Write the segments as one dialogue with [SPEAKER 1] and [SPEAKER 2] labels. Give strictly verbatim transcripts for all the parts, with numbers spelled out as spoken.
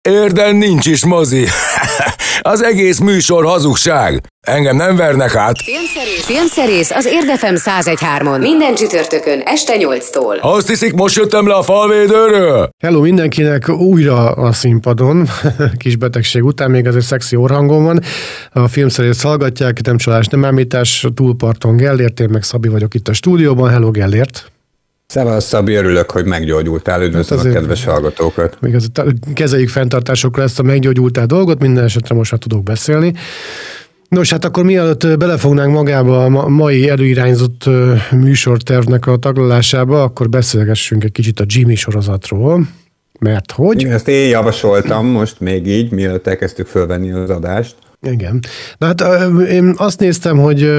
[SPEAKER 1] Érden nincs is mozi. Az egész műsor hazugság. Engem nem vernek át.
[SPEAKER 2] Filmszerész, Filmszerész az Érd ef em száz egy pont három-on. Minden csütörtökön este nyolctól.
[SPEAKER 1] Azt hiszik, most jöttem le a falvédőről?
[SPEAKER 3] Hello mindenkinek, újra a színpadon. Kis betegség után még azért szexi orrhangom van. A Filmszerészt hallgatják, nem csalás, nem ámítás. Túlparton Gellért, én meg Szabi vagyok itt a stúdióban. Hello Gellért.
[SPEAKER 4] Szevasz Szabi, örülök, hogy meggyógyultál, üdvözlöm hát a kedves hallgatókat.
[SPEAKER 3] Még az, kezeljük fenntartásokra ezt a meggyógyultál dolgot, minden esetre most már tudok beszélni. Nos, hát akkor mielőtt belefognánk magába a mai előirányzott műsortervnek a taglalásába, akkor beszélgessünk egy kicsit a Jimmy sorozatról, mert hogy...
[SPEAKER 4] Ezt én javasoltam most még így, mielőtt elkezdtük fölvenni az adást.
[SPEAKER 3] Igen. Na hát én azt néztem, hogy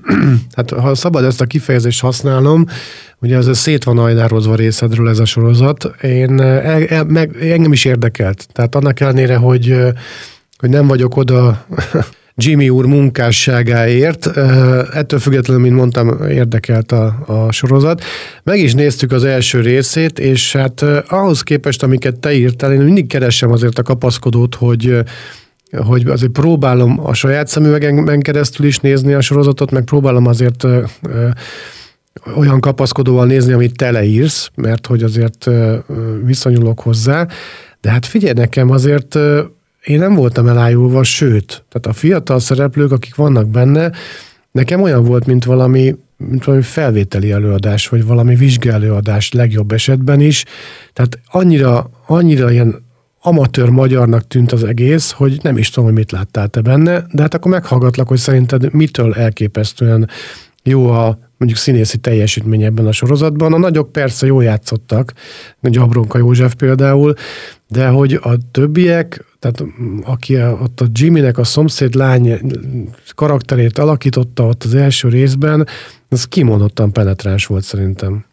[SPEAKER 3] hát ha szabad ezt a kifejezést használnom, ugye ez szét van ajnározva részedről ez a sorozat, én, el, el, meg, engem is érdekelt. Tehát annak ellenére, hogy, hogy nem vagyok oda Jimmy úr munkásságáért, ettől függetlenül, mint mondtam, érdekelt a, a sorozat. Meg is néztük az első részét, és hát ahhoz képest, amiket te írtál, én mindig keresem azért a kapaszkodót, hogy hogy azért próbálom a saját szemüvegen keresztül is nézni a sorozatot, meg próbálom azért ö, ö, olyan kapaszkodóval nézni, amit te leírsz, mert hogy azért ö, viszonyulok hozzá. De hát figyelj nekem, azért ö, én nem voltam elájulva, sőt, tehát a fiatal szereplők, akik vannak benne, nekem olyan volt, mint valami, mint valami felvételi előadás, vagy valami vizsgálőadás legjobb esetben is. Tehát annyira, annyira ilyen amatőr magyarnak tűnt az egész, hogy nem is tudom, hogy mit láttál te benne, de hát akkor meghallgatlak, hogy szerinted mitől elképesztően jó a mondjuk színészi teljesítmény ebben a sorozatban. A nagyok persze jól játszottak, Gyabronka József például, de hogy a többiek, tehát aki a, ott a Jimmynek a szomszéd lány karakterét alakította ott az első részben, az kimondottan penetráns volt szerintem.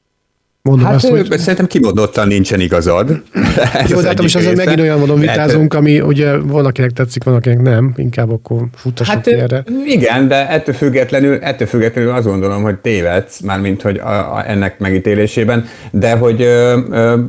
[SPEAKER 4] Mondom hát azt, hogy... szerintem kimondottan nincsen igazad.
[SPEAKER 3] Jó, de hát most azért megint olyan módon vitázunk, ami ugye van, akinek tetszik, van, akinek nem, inkább akkor futtassuk hát, erre.
[SPEAKER 4] Igen, de ettől függetlenül, ettől függetlenül azt gondolom, hogy tévedsz, mármint hogy a, a, ennek megítélésében, de hogy ö, ö,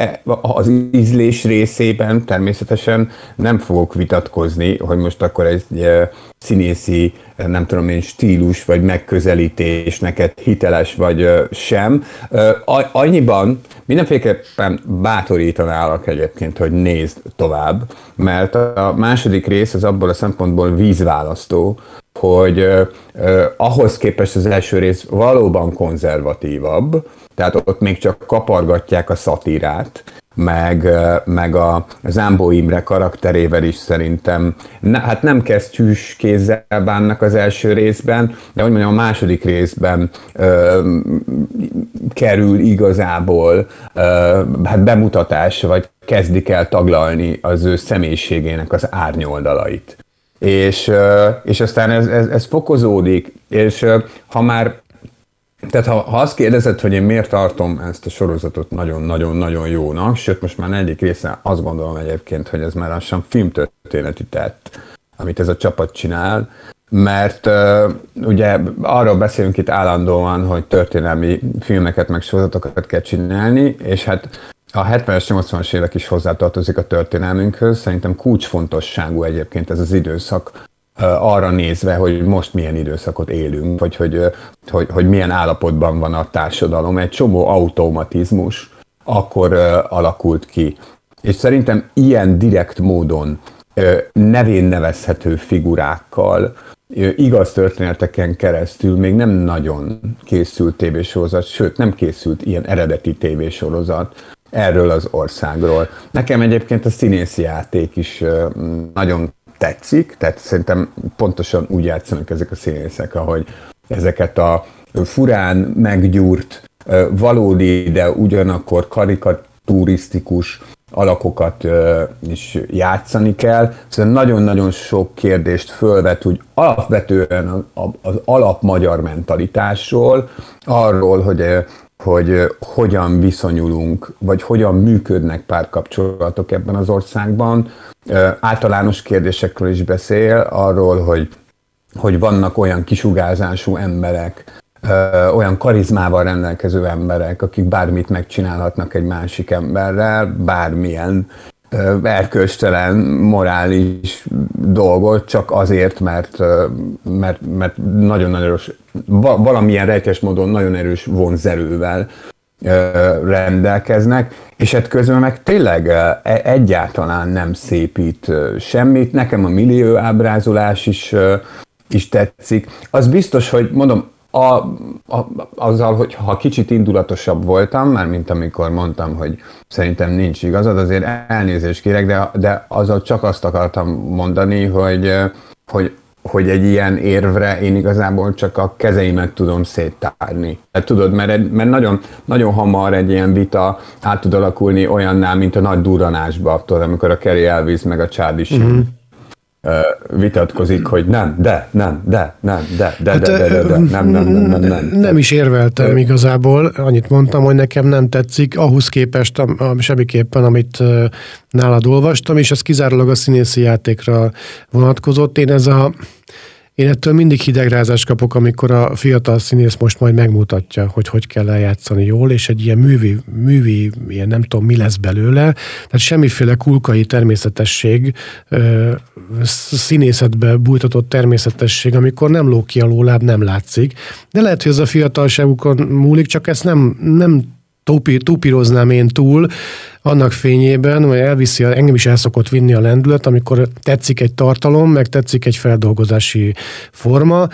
[SPEAKER 4] az ízlés részében természetesen nem fogok vitatkozni, hogy most akkor egy ö, színészi, nem tudom én, stílus vagy megközelítés neked hiteles vagy ö, sem. Ö, annyiban mindenféleképpen bátorítanálak egyébként, hogy nézd tovább, mert a második rész az abból a szempontból vízválasztó, hogy ö, ö, ahhoz képest az első rész valóban konzervatívabb, tehát ott még csak kapargatják a szatírát, meg, meg a Zámbó Imre karakterével is szerintem, ne, hát nem kesztyűs kézzel bánnak az első részben, de hogy mondjam, a második részben ö, kerül igazából ö, hát bemutatásra, vagy kezdik el taglalni az ő személyiségének az árnyoldalait. És, ö, és aztán ez, ez, ez fokozódik, és ö, ha már Tehát ha, ha azt kérdezed, hogy én miért tartom ezt a sorozatot nagyon-nagyon-nagyon jónak, sőt most már negyedik része azt gondolom egyébként, hogy ez már lassan filmtörténeti tett, amit ez a csapat csinál, mert uh, ugye arról beszélünk itt állandóan, hogy történelmi filmeket meg sorozatokat kell csinálni, és hát a hetvenes, nyolcvanas évek is hozzátartozik a történelmünkhöz, szerintem kulcsfontosságú egyébként ez az időszak, arra nézve, hogy most milyen időszakot élünk, vagy hogy, hogy, hogy milyen állapotban van a társadalom. Egy csomó automatizmus akkor uh, alakult ki. És szerintem ilyen direkt módon uh, nevén nevezhető figurákkal, uh, igaz történeteken keresztül még nem nagyon készült tévésorozat, sőt nem készült ilyen eredeti tévésorozat erről az országról. Nekem egyébként a színészi játék is uh, nagyon tetszik, tehát szerintem pontosan úgy játszanak ezek a színészek, ahogy ezeket a furán meggyúrt, valódi, de ugyanakkor karikaturisztikus alakokat is játszani kell. Szóval nagyon-nagyon sok kérdést fölvet úgy alapvetően az alapmagyar mentalitásról, arról, hogy hogy hogyan viszonyulunk, vagy hogyan működnek párkapcsolatok ebben az országban. Általános kérdésekről is beszél, arról, hogy, hogy vannak olyan kisugárzású emberek, olyan karizmával rendelkező emberek, akik bármit megcsinálhatnak egy másik emberrel, bármilyen erkölcstelen, morális dolgot, csak azért, mert, mert, mert nagyon erős, valamilyen rejtélyes módon nagyon erős vonzerővel rendelkeznek, és hát közben meg tényleg egyáltalán nem szépít semmit. Nekem a millió ábrázolás is, is tetszik. Az biztos, hogy mondom, A, a, azzal, hogy ha kicsit indulatosabb voltam, már mint amikor mondtam, hogy szerintem nincs igazad, azért elnézést kérek, de, de azzal csak azt akartam mondani, hogy, hogy, hogy egy ilyen érvre én igazából csak a kezeimet tudom széttárni. Tehát tudod, mert, mert nagyon, nagyon hamar egy ilyen vita át tud alakulni olyanná, mint a nagy durranásba, tudod, amikor a Cary Elwes meg a Charlie Sheen mm-hmm. vitatkozik, hogy nem, de, nem, de, nem, de, de, de, de, de, de, nem, nem, nem, nem, nem.
[SPEAKER 3] Nem is érveltem igazából, annyit mondtam, hogy nekem nem tetszik, ahhoz képest semmiképpen, amit nálad olvastam, és ez kizárólag a színészi játékra vonatkozott. Én ez a Én ettől mindig hidegrázást kapok, amikor a fiatal színész most majd megmutatja, hogy hogy kell eljátszani jól, és egy ilyen művi, művi ilyen nem tudom mi lesz belőle, tehát semmiféle kulkai természetesség, színészetbe bújtatott természetesség, amikor nem lóg ki a lóláb, nem látszik. De lehet, hogy ez a fiatalságukon múlik, csak ezt nem, nem túpíroznám én túl, annak fényében, hogy elviszi, engem is el szokott vinni a lendület, amikor tetszik egy tartalom, meg tetszik egy feldolgozási forma,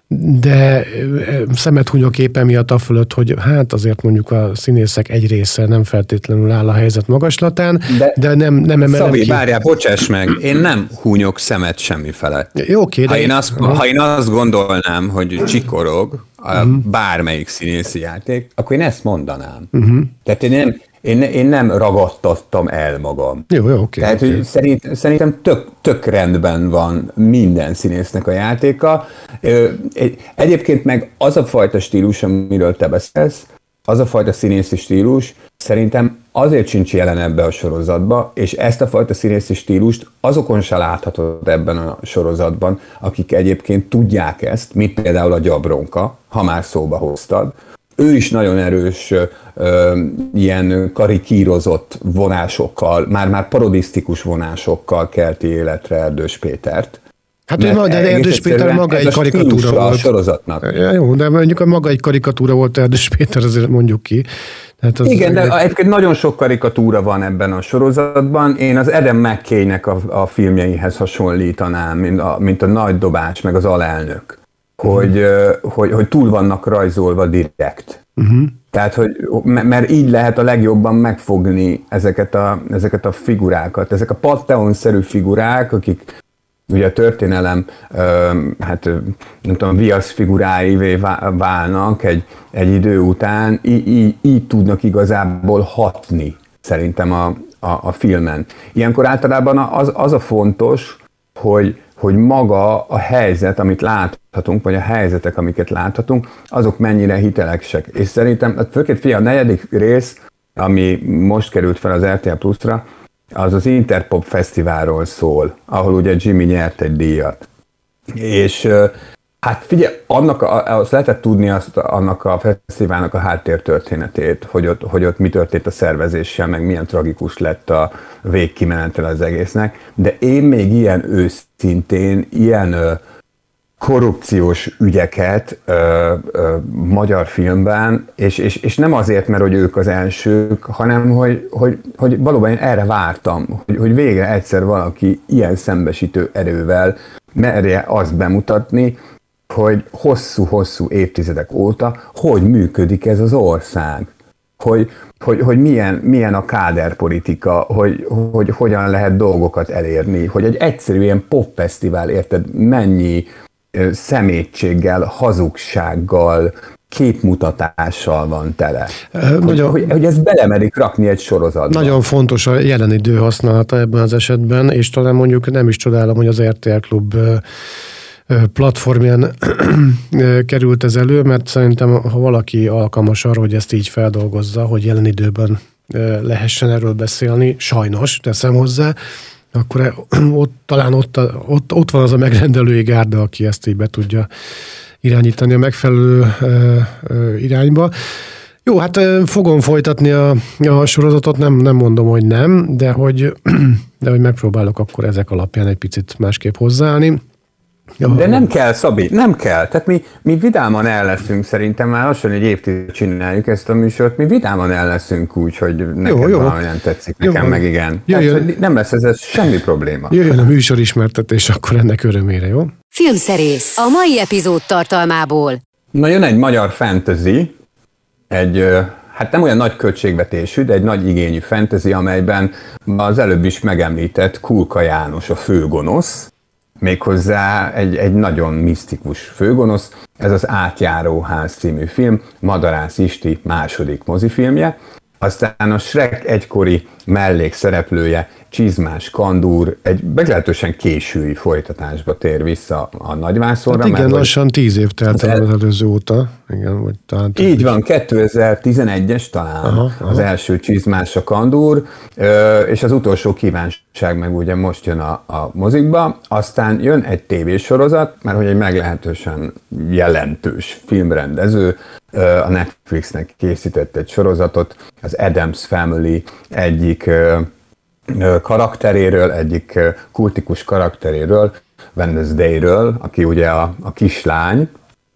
[SPEAKER 3] de szemet hunyok éppen miatt a fölött, hogy hát azért mondjuk a színészek egy része nem feltétlenül áll a helyzet magaslatán, de, de nem, nem emelem
[SPEAKER 5] Szabi,
[SPEAKER 3] ki.
[SPEAKER 5] várjál, bocsáss meg, én nem hunyok szemet semmi felett.
[SPEAKER 3] Jó, oké,
[SPEAKER 5] ha,
[SPEAKER 3] de...
[SPEAKER 5] én azt, ha én azt gondolnám, hogy csikorog a uh-huh. bármelyik színészi játék, akkor én ezt mondanám. Uh-huh. Tehát én nem, én, én nem ragadtattam el magam.
[SPEAKER 3] Jó, jó, oké.
[SPEAKER 5] Tehát,
[SPEAKER 3] oké.
[SPEAKER 5] hogy szerint, szerintem tök, tök rendben van minden színésznek a játéka. Egyébként meg az a fajta stílus, amiről te beszélsz, az a fajta színészi stílus szerintem azért sincs jelen ebbe a sorozatba, és ezt a fajta színészi stílust azokon se láthatod ebben a sorozatban, akik egyébként tudják ezt, mint például a Gyabronka, ha már szóba hoztad. Ő is nagyon erős, ö, ilyen karikírozott vonásokkal, már-már parodisztikus vonásokkal kelti életre Erdős Pétert.
[SPEAKER 3] Hát ő maga, de Erdős Péter maga egy karikatúra volt.
[SPEAKER 5] A sorozatnak.
[SPEAKER 3] Ja, jó, de mondjuk a maga egy karikatúra volt Erdős Péter, azért mondjuk ki.
[SPEAKER 4] Tehát az igen, de egyébként nagyon sok karikatúra van ebben a sorozatban. Én az Adam McKay-nek a, a filmjeihez hasonlítanám, mint a, mint a Nagy dobás, meg az Alelnök. Hogy, uh-huh. hogy, hogy túl vannak rajzolva direkt. Uh-huh. Tehát, hogy, mert így lehet a legjobban megfogni ezeket a, ezeket a figurákat. Ezek a Pantheon-szerű figurák, akik ugye a történelem, hát nem tudom, viasz figuráivé válnak egy, egy idő után, így, így, így tudnak igazából hatni szerintem a, a, a filmen. Ilyenkor általában az, az a fontos, hogy, hogy maga a helyzet, amit láthatunk, vagy a helyzetek, amiket láthatunk, azok mennyire hitelesek. És szerintem, főként figyelj, a negyedik rész, ami most került fel az er té el Plus-ra, az az Interpop Fesztiválról szól, ahol ugye Jimmy nyert egy díjat. És hát figyelj, annak a, azt lehetett tudni azt, annak a fesztiválnak a háttértörténetét, hogy ott, hogy ott mi történt a szervezéssel, meg milyen tragikus lett a végkimenetel az egésznek, de én még ilyen őszintén, ilyen ö, korrupciós ügyeket ö, ö, magyar filmben, és, és, és nem azért, mert hogy ők az elsők, hanem hogy, hogy, hogy valóban én erre vártam, hogy, hogy végre egyszer valaki ilyen szembesítő erővel merje azt bemutatni, hogy hosszú-hosszú évtizedek óta hogy működik ez az ország. Hogy, hogy, hogy milyen, milyen a káderpolitika, hogy, hogy hogyan lehet dolgokat elérni, hogy egy egyszerű ilyen popfesztivál, érted, mennyi szemétséggel, hazugsággal, képmutatással van tele. Hogy, nagyon, hogy, hogy ezt belemerik rakni egy sorozatba.
[SPEAKER 3] Nagyon fontos a jelen idő használata ebben az esetben, és talán mondjuk nem is csodálom, hogy az er té el Klub platformján került ez elő, mert szerintem, ha valaki alkalmas arra, hogy ezt így feldolgozza, hogy jelen időben lehessen erről beszélni, sajnos teszem hozzá, akkor ott, talán ott, ott, ott van az a megrendelői gárda, aki ezt így be tudja irányítani a megfelelő ö, ö, irányba. Jó, hát fogom folytatni a, a sorozatot, nem, nem mondom, hogy nem, de hogy, de hogy megpróbálok akkor ezek alapján egy picit másképp hozzáállni.
[SPEAKER 5] De nem kell, Szabi, nem kell. Tehát mi, mi vidáman el leszünk, szerintem már lassan egy évtized csináljuk ezt a műsort, mi vidáman el leszünk úgy, hogy neked jó, jó. valamilyen tetszik, nekem jó, meg igen. Tehát, nem lesz ez, ez semmi probléma.
[SPEAKER 3] Jöjjön a műsorismertetés akkor ennek örömére, jó?
[SPEAKER 2] Filmszerész a mai epizód tartalmából.
[SPEAKER 5] Na jön egy magyar fantasy, egy, hát nem olyan nagy költségvetésű, de egy nagy igényű fantasy, amelyben az előbb is megemlített Kulka János a főgonosz, méghozzá egy, egy nagyon misztikus főgonosz, ez az Átjáróház című film, Madarász Isti második mozifilmje, aztán a Shrek egykori mellékszereplője, Csizmás Kandúr egy meglehetősen késői folytatásba tér vissza a nagyvászonra.
[SPEAKER 3] Hát igen, mert, lassan tíz év telt el az előző óta. Igen, vagy talán
[SPEAKER 5] így van, kétezer-tizenegyes talán aha, aha. az első Csizmás a Kandúr, és az utolsó kívánság meg ugye most jön a, a mozikba, aztán jön egy tévésorozat, mert hogy egy meglehetősen jelentős filmrendező a Netflixnek készített egy sorozatot, az Addams Family egyik karakteréről, egyik kultikus karakteréről, Wednesdayről, aki ugye a, a kislány,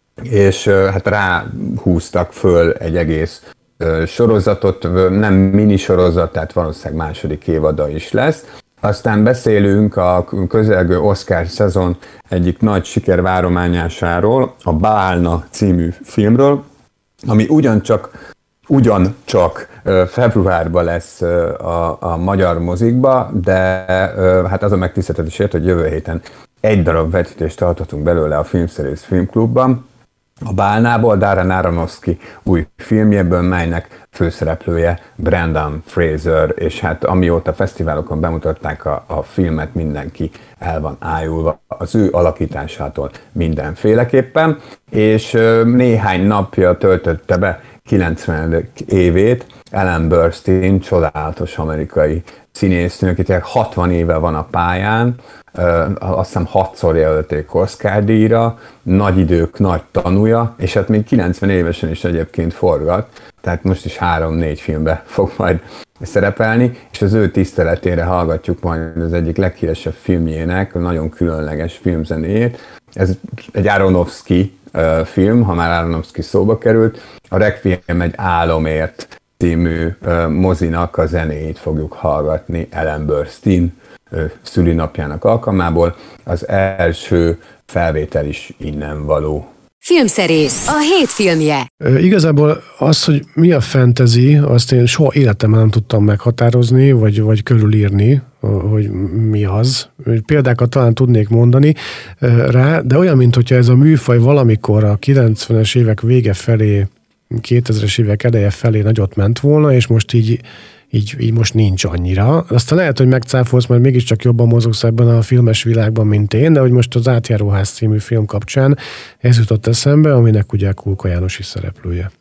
[SPEAKER 5] és hát ráhúztak föl egy egész sorozatot, nem minisorozat, tehát valószínűleg második évada is lesz. Aztán beszélünk a közelgő Oscar szezon egyik nagy sikervárományásáról, a Bálna című filmről, ami ugyancsak, ugyancsak februárban lesz a, a magyar mozikba, de hát az a megtiszteltetésért, hogy jövő héten egy darab vetítést tarthatunk belőle a Filmszerész Filmklubban. A Bálnából Darren Aronofsky új filmjéből, melynek főszereplője Brendan Fraser, és hát amióta fesztiválokon bemutatták a, a filmet, mindenki el van ájulva az ő alakításától mindenféleképpen, és néhány napja töltötte be kilencvenedik évét Ellen Burstyn, csodálatos amerikai színésznő, aki hatvan éve van a pályán, azt hiszem hatszor jelölték Oscar-díjra, nagy idők nagy tanúja, és hát még kilencven évesen is egyébként forgat, tehát most is három-négy filmbe fog majd szerepelni, és az ő tiszteletére hallgatjuk majd az egyik leghíresebb filmjének, a nagyon különleges filmzenéjét. Ez egy Aronofsky uh, film, ha már Aronofsky szóba került, a Requiem egy álomért című uh, mozinak a zenéjét fogjuk hallgatni Ellen Burstyn uh, szülinapjának alkalmából. Az első felvétel is innen való.
[SPEAKER 2] Filmszerész, a hét filmje.
[SPEAKER 3] Igazából az, hogy mi a fantasy, azt én soha életemben nem tudtam meghatározni, vagy, vagy körülírni, hogy mi az. Példákat talán tudnék mondani rá, de olyan, mint hogyha ez a műfaj valamikor a kilencvenes évek vége felé, kétezres évek eleje felé nagyot ment volna, és most így Így, így most nincs annyira. Aztán lehet, hogy megcáfolsz, mert mégiscsak jobban mozogsz ebben a filmes világban, mint én, de hogy most az Átjáróház című film kapcsán ez jutott eszembe, aminek ugye Kulka János is szereplője.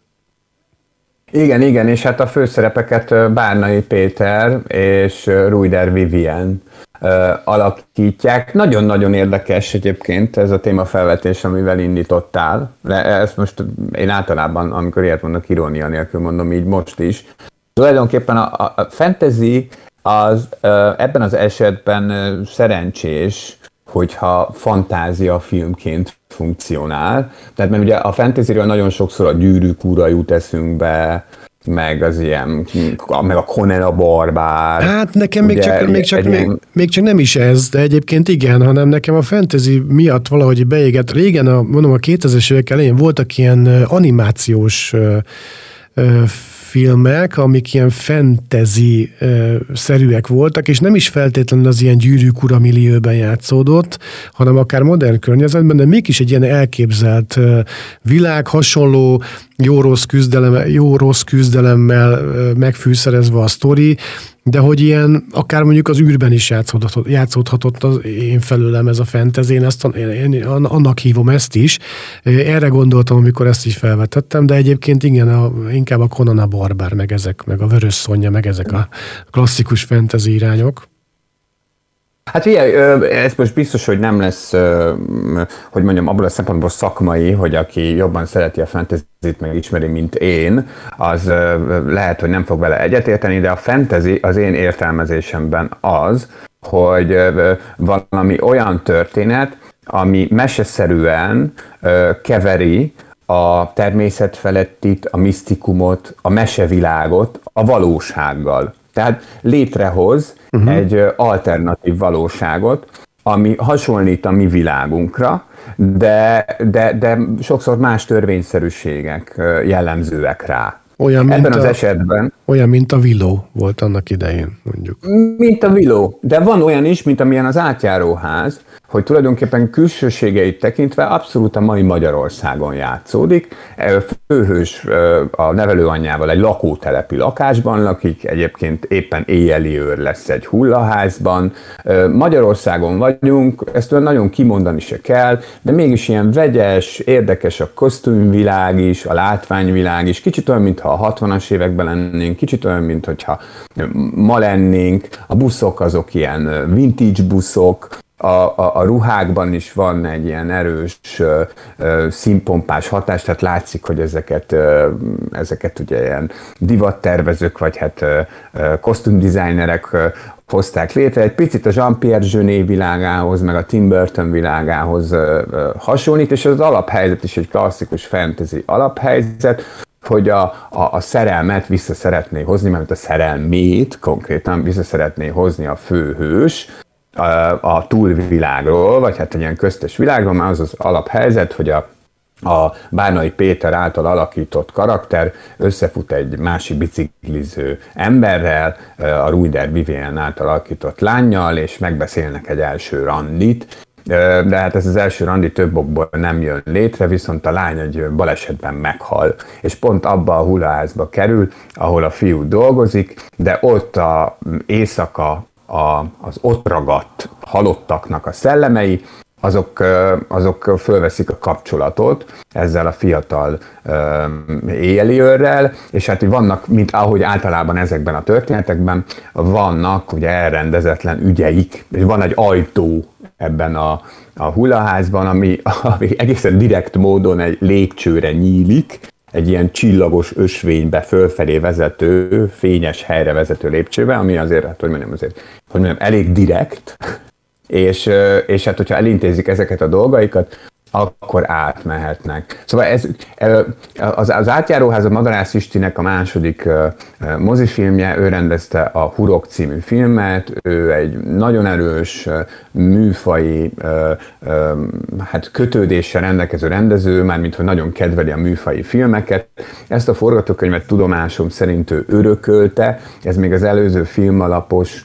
[SPEAKER 5] Igen, igen, és hát a főszerepeket Bárnai Péter és Ruyder Vivien alakítják. Nagyon-nagyon érdekes egyébként ez a témafelvetés, amivel indítottál. Ezt most én általában, amikor ilyet mondok, irónia nélkül mondom, így most is. Tulajdonképpen a, a fantasy az ebben az esetben szerencsés, hogyha fantázia filmként funkcionál. Tehát mert ugye a fantasyről nagyon sokszor a Gyűrűk ura jut eszünkbe, meg az ilyen, meg a Conan a barbár.
[SPEAKER 3] Hát nekem még, ugye, csak, még, csak, még, ilyen... még csak nem is ez, de egyébként igen, hanem nekem a fantasy miatt valahogy beégett. Régen, a, mondom, a kétezres évek elején voltak ilyen animációs ö, ö, filmek, amik ilyen fantasy-szerűek voltak, és nem is feltétlenül az ilyen Gyűrűk ura millióben játszódott, hanem akár modern környezetben, de mégis egy ilyen elképzelt világ, hasonló jó-rossz küzdelem, jó-rossz küzdelemmel megfűszerezve a sztori, de hogy ilyen, akár mondjuk az űrben is játszódhatott, játszódhatott az én felőlem ez a fantasy, én, ezt, én annak hívom ezt is. Erre gondoltam, amikor ezt is felvetettem, de egyébként igen, a, inkább a Conan a barbár, meg ezek, meg a Vörös Szonya, meg ezek a klasszikus fantasy irányok.
[SPEAKER 5] Hát figyelj, ez most biztos, hogy nem lesz, hogy mondjam, abból a szempontból szakmai, hogy aki jobban szereti a fantasyt, meg ismeri, mint én, az lehet, hogy nem fog vele egyetérteni, de a fantasy az én értelmezésemben az, hogy valami olyan történet, ami meseszerűen keveri a természet felettit, a misztikumot, a mesevilágot a valósággal. Tehát létrehoz uh-huh. egy alternatív valóságot, ami hasonlít a mi világunkra, de, de, de sokszor más törvényszerűségek jellemzőek rá.
[SPEAKER 3] Olyan,
[SPEAKER 5] Ebben az
[SPEAKER 3] a,
[SPEAKER 5] esetben...
[SPEAKER 3] Olyan, mint a Willow volt annak idején, mondjuk.
[SPEAKER 5] Mint a Willow, de van olyan is, mint amilyen az átjáróház, hogy tulajdonképpen külsőségeit tekintve abszolút a mai Magyarországon játszódik. Főhős a nevelőanyjával egy lakótelepi lakásban lakik, egyébként éppen éjjeli őr lesz egy hullaházban. Magyarországon vagyunk, ezt nagyon kimondani se kell, de mégis ilyen vegyes, érdekes a kosztümvilág is, a látványvilág is, kicsit olyan, mintha a hatvanas években lennénk, kicsit olyan, mintha ma lennénk, a buszok azok ilyen vintage buszok, A, a, a ruhákban is van egy ilyen erős ö, ö, színpompás hatás, tehát látszik, hogy ezeket, ö, ezeket ugye ilyen divattervezők, vagy hát ö, ö, kosztümdesignerek ö, hozták létre. Egy picit a Jean-Pierre Jeunet világához, meg a Tim Burton világához ö, ö, hasonlít, és az alaphelyzet is egy klasszikus fantasy alaphelyzet, hogy a, a, a szerelmet vissza szeretné hozni, mert a szerelmét konkrétan vissza szeretné hozni a főhős, a túlvilágról, vagy hát egy ilyen köztes világról, már az az alaphelyzet, hogy a, a Bárnai Péter által alakított karakter összefut egy másik bicikliző emberrel, a Ruider Vivien által alakított lánnyal, és megbeszélnek egy első randit, de hát ez az első randi több okból nem jön létre, viszont a lány egy balesetben meghal, és pont abba a hullaházba kerül, ahol a fiú dolgozik, de ott a éjszaka A, az ott ragadt halottaknak a szellemei, azok, azok fölveszik a kapcsolatot ezzel a fiatal éjjeli őrrel, és hát vannak, mint ahogy általában ezekben a történetekben, vannak ugye elrendezetlen ügyeik, és van egy ajtó ebben a, a hullaházban, ami, ami egészen direkt módon egy lépcsőre nyílik, egy ilyen csillagos ösvénybe fölfelé vezető, fényes helyre vezető lépcsőbe, ami azért, hát, hogy mondjam, azért, hogy mondjam, elég direkt, és, és hát, hogyha elintézik ezeket a dolgaikat, akkor átmehetnek. Szóval ez, az, az Átjáróház a Madarász Istinek a második mozifilmje, ő rendezte a Hurok című filmet, ő egy nagyon erős műfai hát kötődéssel rendelkező rendező, mármint hogy nagyon kedveli a műfai filmeket. Ezt a forgatókönyvet tudomásom szerint ő örökölte, ez még az előző filmalapos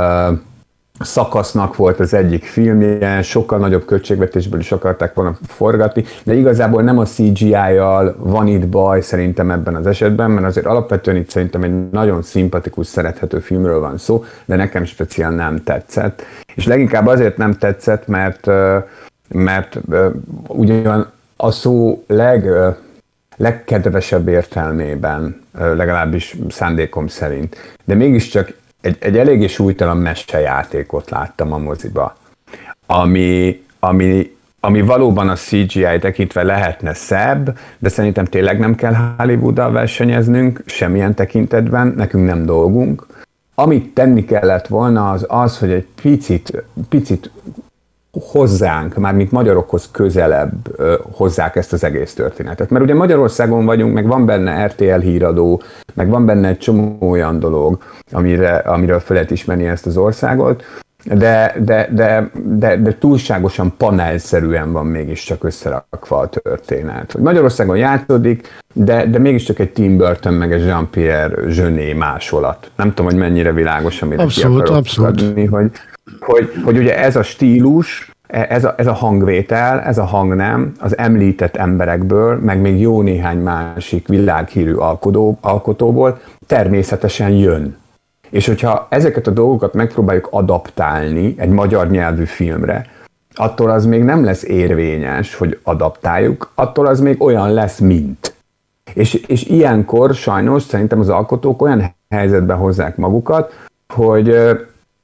[SPEAKER 5] szakasznak volt az egyik filmje, sokkal nagyobb költségvetésből is akarták volna forgatni, de igazából nem a cé gé í-jal van itt baj szerintem ebben az esetben, mert azért alapvetően itt szerintem egy nagyon szimpatikus, szerethető filmről van szó, de nekem speciál nem tetszett. És leginkább azért nem tetszett, mert, mert ugyan a szó leg, legkedvesebb értelmében, legalábbis szándékom szerint, de mégiscsak Egy, egy eléggé súlytalan mesejátékot láttam a moziba, ami, ami, ami valóban a cé gé í tekintve lehetne szebb, de szerintem tényleg nem kell Hollywooddal versenyeznünk, semmilyen tekintetben, nekünk nem dolgunk. Amit tenni kellett volna, az az, hogy egy picit, picit hozzánk, mármint magyarokhoz közelebb hozzák ezt az egész történetet. Mert ugye Magyarországon vagyunk, meg van benne er té el híradó, meg van benne egy csomó olyan dolog, amire, amiről fel lehet ismerni ezt az országot, de, de, de, de, de túlságosan panelszerűen van mégiscsak összerakva a történet. Magyarországon játszódik, de, de mégiscsak egy Tim Burton meg egy Jean-Pierre Jeunet másolat. Nem tudom, hogy mennyire világos, amire
[SPEAKER 3] abszolút,
[SPEAKER 5] ki akarok
[SPEAKER 3] abszolút.
[SPEAKER 5] adni, hogy, hogy, hogy ugye ez a stílus, ez a, ez a hangvétel, ez a hangnem az említett emberekből, meg még jó néhány másik világhírű alkotó, alkotóból természetesen jön. És hogyha ezeket a dolgokat megpróbáljuk adaptálni egy magyar nyelvű filmre, attól az még nem lesz érvényes, hogy adaptáljuk, attól az még olyan lesz, mint. És, és ilyenkor sajnos szerintem az alkotók olyan helyzetbe hozzák magukat, hogy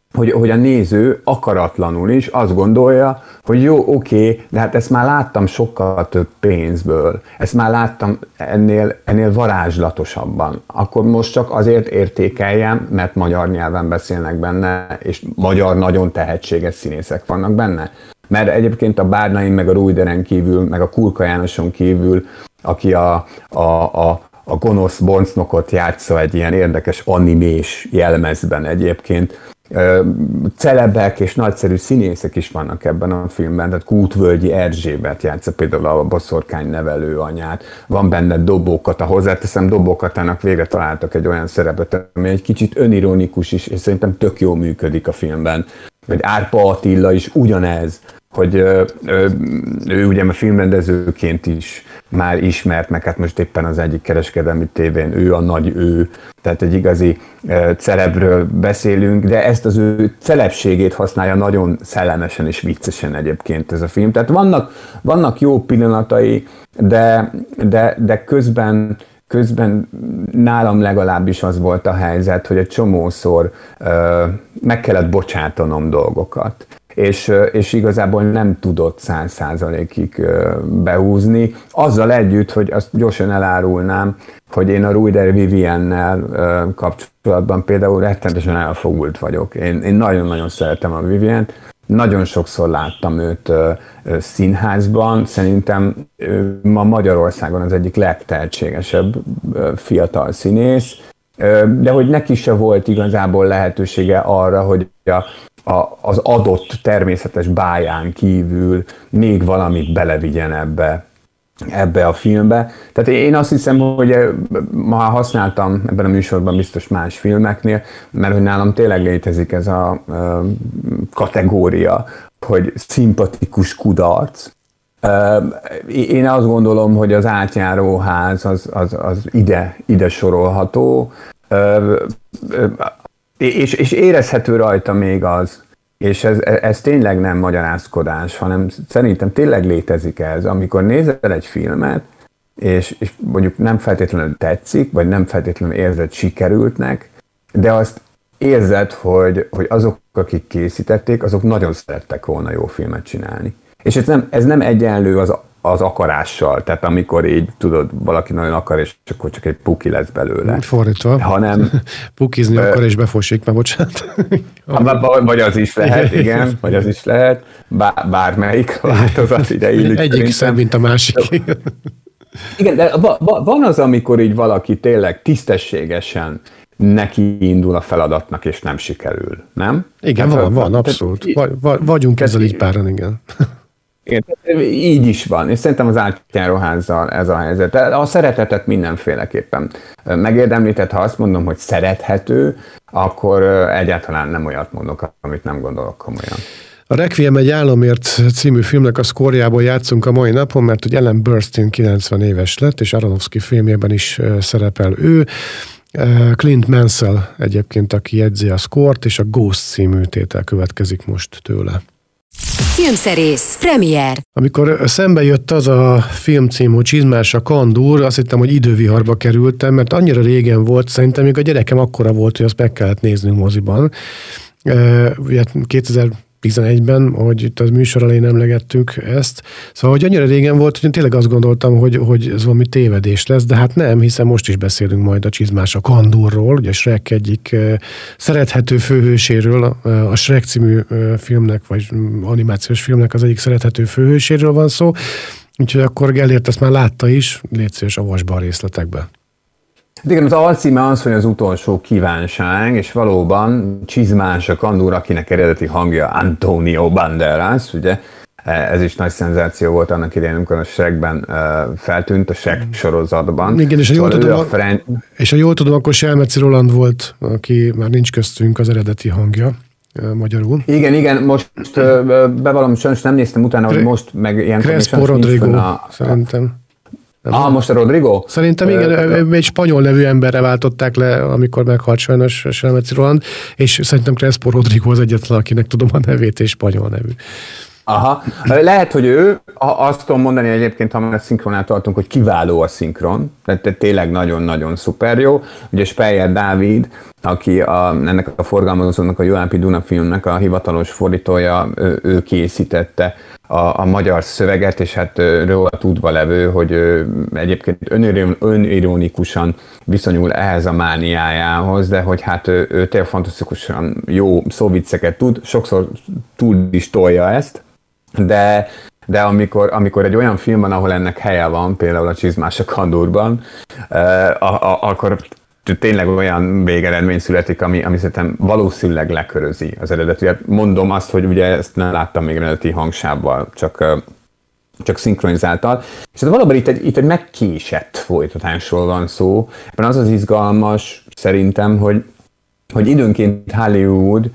[SPEAKER 5] hogy, hogy a néző akaratlanul is azt gondolja, hogy jó, oké, de hát ezt már láttam sokkal több pénzből, ezt már láttam ennél, ennél varázslatosabban. Akkor most csak azért értékeljem, mert magyar nyelven beszélnek benne, és magyar nagyon tehetséges színészek vannak benne. Mert egyébként a Bárnain, meg a Rújderen kívül, meg a Kurka Jánoson kívül, aki a, a, a a gonosz boncnokot játsza egy ilyen érdekes animés jelmezben egyébként. Celebek és nagyszerű színészek is vannak ebben a filmben, tehát Kútvölgyi Erzsébet játsza például a boszorkány nevelő anyát, van benne Dobó Kata, hozzáteszem, Dobó Katának végre találtak egy olyan szerepet, ami egy kicsit önironikus is, és szerintem tök jól működik a filmben. Vagy Árpa Attila is ugyanez, hogy ő, ő, ő ugye a filmrendezőként is már ismert, meg hát most éppen az egyik kereskedelmi tévén ő a nagy ő, tehát egy igazi uh, celebről beszélünk, de ezt az ő celebségét használja nagyon szellemesen és viccesen egyébként ez a film. Tehát vannak, vannak jó pillanatai, de, de, de közben Közben nálam legalábbis az volt a helyzet, hogy egy csomószor uh, meg kellett bocsátanom dolgokat. És, és igazából nem tudott száz százalékig behúzni. Azzal együtt, hogy azt gyorsan elárulnám, hogy én a Rújder Viviennel kapcsolatban például rettenetesen elfogult vagyok. Én, én nagyon-nagyon szeretem a Vivient, nagyon sokszor láttam őt színházban, szerintem ma Magyarországon az egyik legtehetségesebb fiatal színész, de hogy neki se volt igazából lehetősége arra, hogy a az adott természetes báján kívül még valamit belevigyen ebbe, ebbe a filmbe. Tehát én azt hiszem, hogy ma használtam ebben a műsorban biztos más filmeknél, mert hogy nálam tényleg létezik ez a kategória, hogy szimpatikus kudarc. Én azt gondolom, hogy az Átjáróház az, az, az ide, ide sorolható, És, és érezhető rajta még az, és ez, ez tényleg nem magyarázkodás, hanem szerintem tényleg létezik ez, amikor nézel egy filmet, és, és mondjuk nem feltétlenül tetszik, vagy nem feltétlenül érzed sikerültnek, de azt érzed, hogy, hogy azok, akik készítették, azok nagyon szerettek volna jó filmet csinálni. És ez nem, ez nem egyenlő az, az akarással, tehát amikor így tudod, valaki nagyon akar, és akkor csak egy puki lesz belőle.
[SPEAKER 3] Fordítva. Hanem, Pukizni ö, akar, és befosik, mert bocsánat.
[SPEAKER 5] Vagy az is lehet, igen, vagy az is lehet. Bár, bármelyik változat ide illik.
[SPEAKER 3] Egyik szebb, mint a másik.
[SPEAKER 5] Igen, de van az, amikor így valaki tényleg tisztességesen neki indul a feladatnak, és nem sikerül, nem?
[SPEAKER 3] Igen, hát, van, van, abszolút. Tehát, vagyunk ezzel így páran, igen.
[SPEAKER 5] Igen, így is van, és szerintem az Átjáróházzal ez a helyzet. A szeretetet mindenféleképpen megérdemlített, ha azt mondom, hogy szerethető, akkor egyáltalán nem olyat mondok, amit nem gondolok komolyan.
[SPEAKER 3] A Requiem egy álomért című filmnek a szkórjából játszunk a mai napon, mert hogy Ellen Burstyn kilencven éves lett, és Aronofsky filmjében is szerepel ő. Clint Mansell egyébként, aki jegyzi a szkórt, és a Ghost című tétel következik most tőle.
[SPEAKER 2] Filmszerész, premier.
[SPEAKER 3] Amikor szembe jött az a filmcím, hogy Csizmás a kandúr, azt hittem, hogy időviharba kerültem, mert annyira régen volt, szerintem még a gyerekem akkora volt, hogy azt meg kellett néznünk moziban. Ugye kétezer-tizenegyben, ahogy itt az műsor elején emlegettük ezt. Szóval, hogy annyira régen volt, hogy én tényleg azt gondoltam, hogy, hogy ez valami tévedés lesz, de hát nem, hiszen most is beszélünk majd a Csizmás a kandúrról, ugye a Shrek egyik szerethető főhőséről, a Shrek című filmnek, vagy animációs filmnek az egyik szerethető főhőséről van szó, úgyhogy akkor Gellért ezt már látta is, légy szíves, avasd be a részletekbe.
[SPEAKER 5] Igen, az alcíme az, hogy az utolsó kívánság, és valóban Csizmás a kandúr, akinek eredeti hangja Antonio Banderas, ugye, ez is nagy szenzáció volt annak idején, amikor a Shrekben uh, feltűnt, a Shrek sorozatban.
[SPEAKER 3] Igen, és ha jól, tudom, a Fren... és ha jól tudom, akkor Selmeci Roland volt, aki már nincs köztünk, az eredeti hangja uh, magyarul.
[SPEAKER 5] Igen, igen, most uh, bevallom, sajnos nem néztem utána, hogy most meg ilyen...
[SPEAKER 3] Crespo Rodrigo, a, szerintem.
[SPEAKER 5] Ah, most a Rodrigo?
[SPEAKER 3] Szerintem igen, ö, egy spanyol nevű emberre váltották le, amikor meghalt sajnos Selmeci Roland, és szerintem Crespo Rodrigo az egyetlen, akinek tudom a nevét, és spanyol nevű.
[SPEAKER 5] Aha, lehet, hogy ő, azt tudom mondani egyébként, ha már szinkronát tartunk, hogy kiváló a szinkron, tehát tényleg nagyon-nagyon szuper jó. Ugye Speyer Dávid aki a, ennek a forgalmazónak, a Jó Á Pé Duna filmnek a hivatalos fordítója, ő, ő készítette a, a magyar szöveget, és hát róla tudva levő, hogy egyébként önironikusan viszonyul ehhez a mániájához, de hogy hát ő, ő tényleg fantasztikusan jó szóvicceket tud, sokszor túl is tolja ezt, de de amikor, amikor egy olyan film van, ahol ennek helye van, például a Csizmás a kandúrban, eh, a, a, akkor tényleg olyan végeredmény születik, ami, ami szerintem valószínűleg lekörözi az eredetiet. Mondom azt, hogy ugye ezt nem láttam még eredeti hangsávval, csak, csak szinkronizáltal. És hát valóban itt egy, itt egy megkésett folytatásról van szó. Ebben az az izgalmas szerintem, hogy, hogy időnként Hollywood,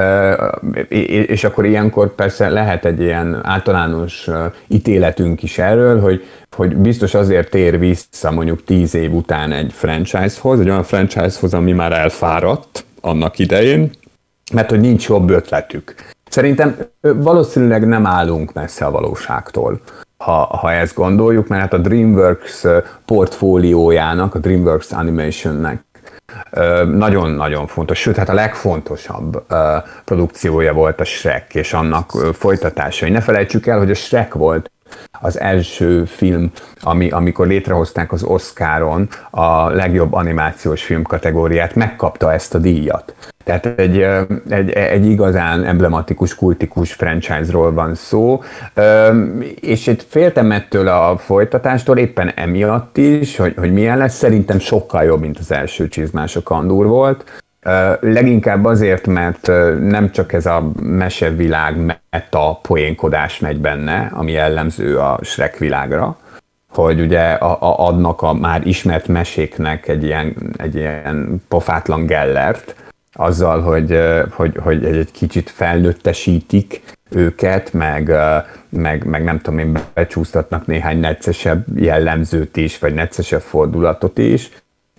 [SPEAKER 5] és akkor ilyenkor persze lehet egy ilyen általános ítéletünk is erről, hogy, hogy biztos azért tér vissza mondjuk tíz év után egy franchise-hoz, egy olyan franchise-hoz, ami már elfáradt annak idején, mert hogy nincs jobb ötletük. Szerintem valószínűleg nem állunk messze a valóságtól, ha, ha ezt gondoljuk, mert hát a DreamWorks portfóliójának, a DreamWorks Animationnek nagyon-nagyon fontos, sőt, hát a legfontosabb uh, produkciója volt a Shrek, és annak uh, folytatásai. Ne felejtsük el, hogy a Shrek volt az első film, ami, amikor létrehozták az Oscaron a legjobb animációs film kategóriát, megkapta ezt a díjat. Tehát egy, egy, egy igazán emblematikus, kultikus franchise-ról van szó, és itt féltem ettől a folytatástól, éppen emiatt is, hogy, hogy milyen lesz, szerintem sokkal jobb, mint az első Csizmás a kandúr volt. Leginkább azért, mert nem csak ez a mesevilág meta poénkodás megy benne, ami jellemző a Shrek világra, hogy ugye a, a, adnak a már ismert meséknek egy ilyen, egy ilyen pofátlan gellert, azzal, hogy, hogy, hogy egy kicsit felnőttesítik őket, meg, meg, meg nem tudom én, becsúsztatnak néhány neccesebb jellemzőt is, vagy neccesebb fordulatot is,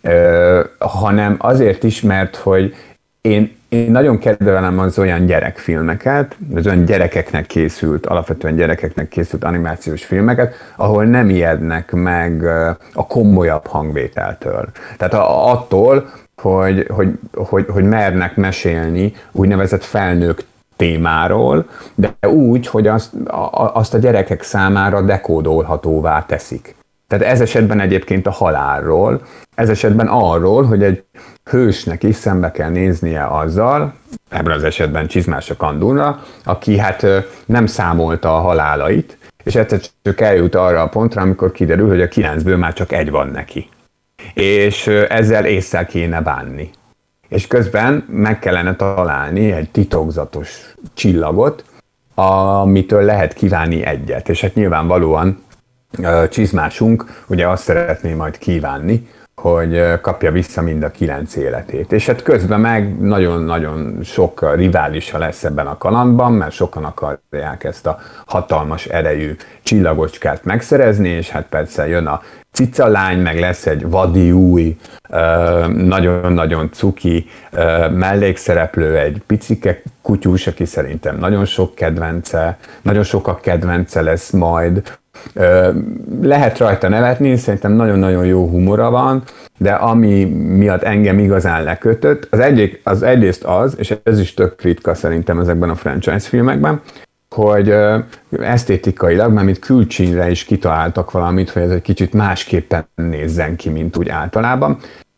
[SPEAKER 5] hanem azért is, mert hogy én, én nagyon kedvelem az olyan gyerekfilmeket, az olyan gyerekeknek készült, alapvetően gyerekeknek készült animációs filmeket, ahol nem ijednek meg a komolyabb hangvételtől. Tehát attól, hogy, hogy, hogy, hogy mernek mesélni úgynevezett felnőtt témáról, de úgy, hogy azt, azt a gyerekek számára dekódolhatóvá teszik. Tehát ez esetben egyébként a halálról, ez esetben arról, hogy egy hősnek is szembe kell néznie azzal, ebben az esetben Csizmás a kandúrra, aki hát nem számolta a halálait, és egyszer csak eljut arra a pontra, amikor kiderül, hogy a kilencből már csak egy van neki. És ezzel ésszel kéne bánni. És közben meg kellene találni egy titokzatos csillagot, amitől lehet kívánni egyet. És hát nyilvánvalóan Csizmásunk ugye azt szeretné majd kívánni, hogy kapja vissza mind a kilenc életét. És hát közben meg nagyon-nagyon sok riválisa lesz ebben a kalandban, mert sokan akarják ezt a hatalmas erejű csillagocskát megszerezni, és hát persze jön a cicalány, meg lesz egy vadi új, nagyon-nagyon cuki mellékszereplő, egy picike kutyus, aki szerintem nagyon sok kedvence, nagyon sokak kedvence lesz majd. Lehet rajta nevetni, szerintem nagyon-nagyon jó humora van, de ami miatt engem igazán lekötött, az, egyik, az egyrészt az, és ez is tök ritka szerintem ezekben a franchise filmekben, hogy esztétikailag, mert mint külcsínre is kitaláltak valamit, hogy ez egy kicsit másképpen nézzen ki, mint úgy általában.